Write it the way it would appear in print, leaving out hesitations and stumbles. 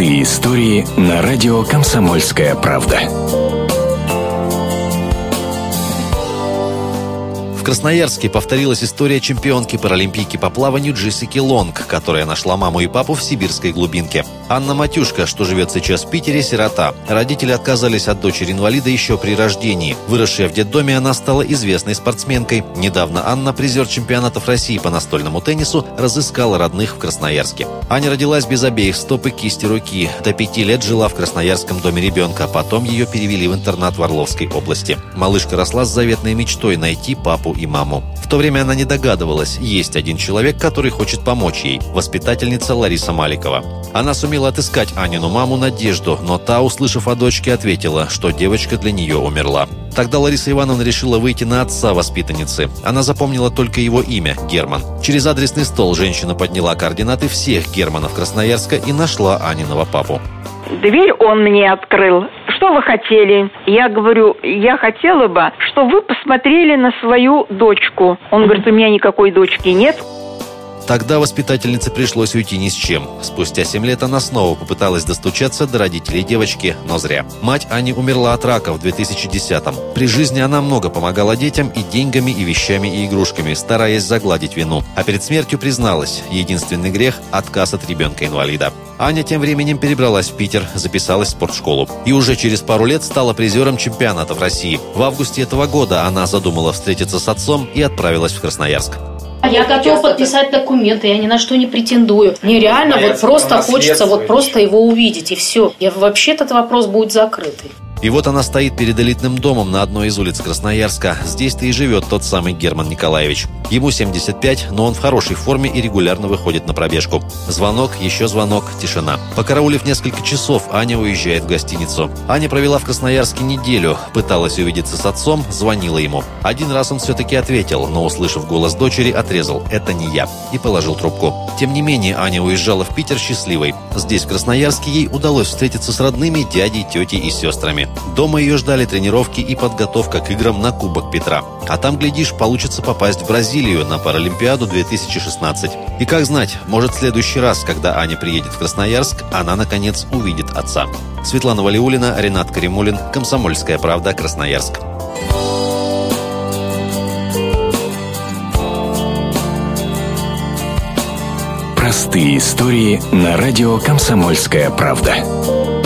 Простые истории на радио «Комсомольская правда». В Красноярске повторилась история чемпионки-паралимпийки по плаванию Джессики Лонг, которая нашла маму и папу в сибирской глубинке. Анна Матюшка, что живет сейчас в Питере, сирота. Родители отказались от дочери-инвалида еще при рождении. Выросшая в детдоме, она стала известной спортсменкой. Недавно Анна, призер чемпионатов России по настольному теннису, разыскала родных в Красноярске. Аня родилась без обеих стоп и кисти руки. До 5 лет жила в Красноярском доме ребенка. Потом ее перевели в интернат в Орловской области. Малышка росла с заветной мечтой найти папу и маму. В то время она не догадывалась, есть один человек, который хочет помочь ей – воспитательница Лариса Маликова. Она сумела отыскать Анину маму Надежду, но та, услышав о дочке, ответила, что девочка для нее умерла. Тогда Лариса Ивановна решила выйти на отца воспитанницы. Она запомнила только его имя – Герман. Через адресный стол женщина подняла координаты всех Германов Красноярска и нашла Аниного папу. Дверь он мне открыл. Что вы хотели? Я говорю, я хотела бы, чтобы вы посмотрели на свою дочку. Он говорит, у меня никакой дочки нет. Тогда воспитательнице пришлось уйти ни с чем. Спустя 7 лет она снова попыталась достучаться до родителей девочки, но зря. Мать Ани умерла от рака в 2010-м. При жизни она много помогала детям и деньгами, и вещами, и игрушками, стараясь загладить вину. А перед смертью призналась, единственный грех – отказ от ребенка-инвалида. Аня тем временем перебралась в Питер, записалась в спортшколу. И уже через пару лет стала призером чемпионатов России. В августе этого года она задумала встретиться с отцом и отправилась в Красноярск. Я готова подписать документы, я ни на что не претендую. Мне реально вот просто хочется вот просто его увидеть, и все. Вообще этот вопрос будет закрытый. И вот она стоит перед элитным домом на одной из улиц Красноярска. Здесь-то и живет тот самый Герман Николаевич. Ему 75, но он в хорошей форме и регулярно выходит на пробежку. Звонок, еще звонок, тишина. Покараулив несколько часов, Аня уезжает в гостиницу. Аня провела в Красноярске неделю. Пыталась увидеться с отцом, звонила ему. Один раз он все-таки ответил, но, услышав голос дочери, отрезал «это не я» и положил трубку. Тем не менее, Аня уезжала в Питер счастливой. Здесь, в Красноярске, ей удалось встретиться с родными, дядей, тетей и сестрами. Дома ее ждали тренировки и подготовка к играм на Кубок Петра. А там, глядишь, получится попасть в Бразилию на Паралимпиаду 2016. И как знать, может, в следующий раз, когда Аня приедет в Красноярск, она, наконец, увидит отца. Светлана Валиуллина, Ренат Каримулин, «Комсомольская правда», Красноярск. Простые истории на радио «Комсомольская правда».